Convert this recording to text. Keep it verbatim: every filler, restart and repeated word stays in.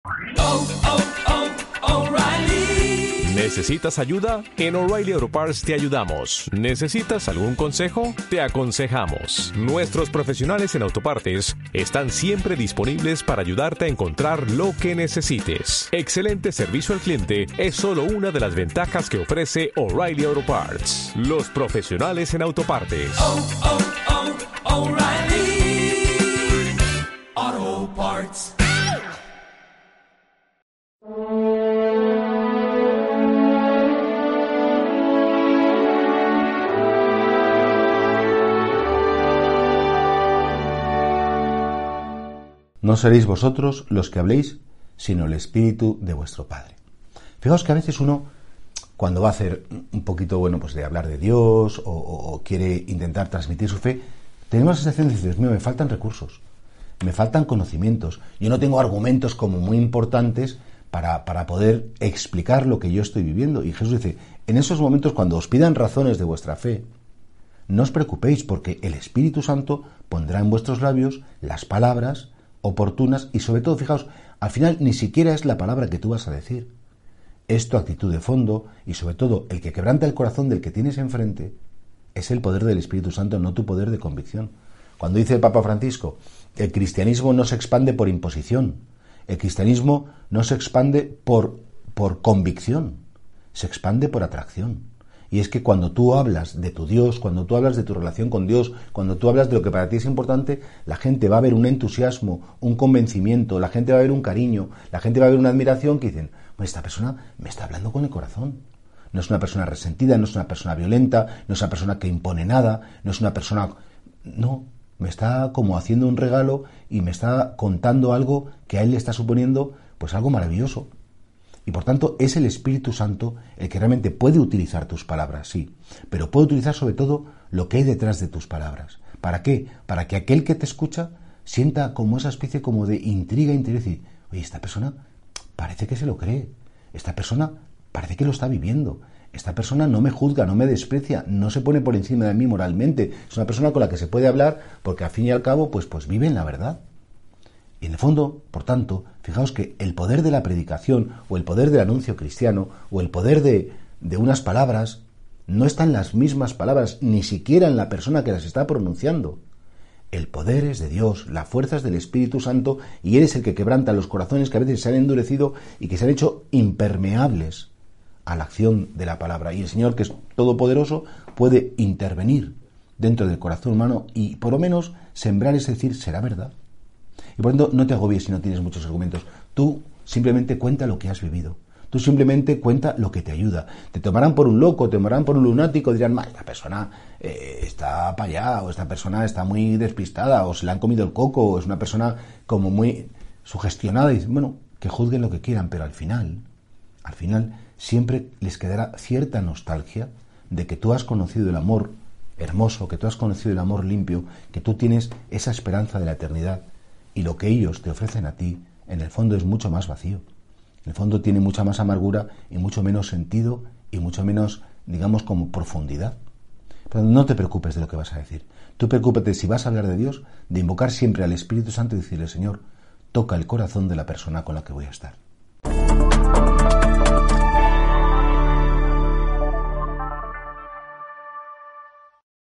Oh, oh, oh, O'Reilly. ¿Necesitas ayuda? En O'Reilly Auto Parts te ayudamos. ¿Necesitas algún consejo? Te aconsejamos. Nuestros profesionales en autopartes están siempre disponibles para ayudarte a encontrar lo que necesites. Excelente servicio al cliente es solo una de las ventajas que ofrece O'Reilly Auto Parts. Los profesionales en autopartes. Oh, oh, oh, O'Reilly Auto Parts. No seréis vosotros los que habléis, sino el Espíritu de vuestro Padre. Fijaos que a veces uno, cuando va a hacer un poquito, bueno, pues de hablar de Dios o, o, o quiere intentar transmitir su fe, tenemos la sensación de decir, Dios mío, me faltan recursos, me faltan conocimientos, yo no tengo argumentos como muy importantes para, para poder explicar lo que yo estoy viviendo. Y Jesús dice, en esos momentos cuando os pidan razones de vuestra fe, no os preocupéis porque el Espíritu Santo pondrá en vuestros labios las palabras oportunas y sobre todo, fijaos, al final ni siquiera es la palabra que tú vas a decir, es tu actitud de fondo y sobre todo el que quebranta el corazón del que tienes enfrente es el poder del Espíritu Santo, no tu poder de convicción. Cuando dice el Papa Francisco, el cristianismo no se expande por imposición, el cristianismo no se expande por, por convicción, se expande por atracción. Y es que cuando tú hablas de tu Dios, cuando tú hablas de tu relación con Dios, cuando tú hablas de lo que para ti es importante, la gente va a ver un entusiasmo, un convencimiento, la gente va a ver un cariño, la gente va a ver una admiración que dicen, pues esta persona me está hablando con el corazón. No es una persona resentida, no es una persona violenta, no es una persona que impone nada, no es una persona... No, me está como haciendo un regalo y me está contando algo que a él le está suponiendo pues algo maravilloso. Y por tanto es el Espíritu Santo el que realmente puede utilizar tus palabras, sí, pero puede utilizar sobre todo lo que hay detrás de tus palabras. ¿Para qué? Para que aquel que te escucha sienta como esa especie como de intriga interior y decir, oye, esta persona parece que se lo cree, esta persona parece que lo está viviendo, esta persona no me juzga, no me desprecia, no se pone por encima de mí moralmente, es una persona con la que se puede hablar porque al fin y al cabo pues, pues vive en la verdad. Y en el fondo, por tanto, fijaos que el poder de la predicación o el poder del anuncio cristiano o el poder de, de unas palabras no está en las mismas palabras, ni siquiera en la persona que las está pronunciando. El poder es de Dios, la fuerza es del Espíritu Santo y eres el que quebranta los corazones que a veces se han endurecido y que se han hecho impermeables a la acción de la palabra. Y el Señor, que es todopoderoso, puede intervenir dentro del corazón humano y por lo menos sembrar, es decir, será verdad. Y por tanto, no te agobies si no tienes muchos argumentos. Tú simplemente cuenta lo que has vivido. Tú simplemente cuenta lo que te ayuda. Te tomarán por un loco, te tomarán por un lunático, dirán, esta persona eh, está para allá, o esta persona está muy despistada, o se le han comido el coco, o es una persona como muy sugestionada. Y bueno, que juzguen lo que quieran, pero al final, al final siempre les quedará cierta nostalgia de que tú has conocido el amor hermoso, que tú has conocido el amor limpio, que tú tienes esa esperanza de la eternidad. Y lo que ellos te ofrecen a ti, en el fondo es mucho más vacío. En el fondo tiene mucha más amargura y mucho menos sentido y mucho menos, digamos, como profundidad. Pero no te preocupes de lo que vas a decir. Tú preocúpate, si vas a hablar de Dios, de invocar siempre al Espíritu Santo y decirle, Señor, toca el corazón de la persona con la que voy a estar.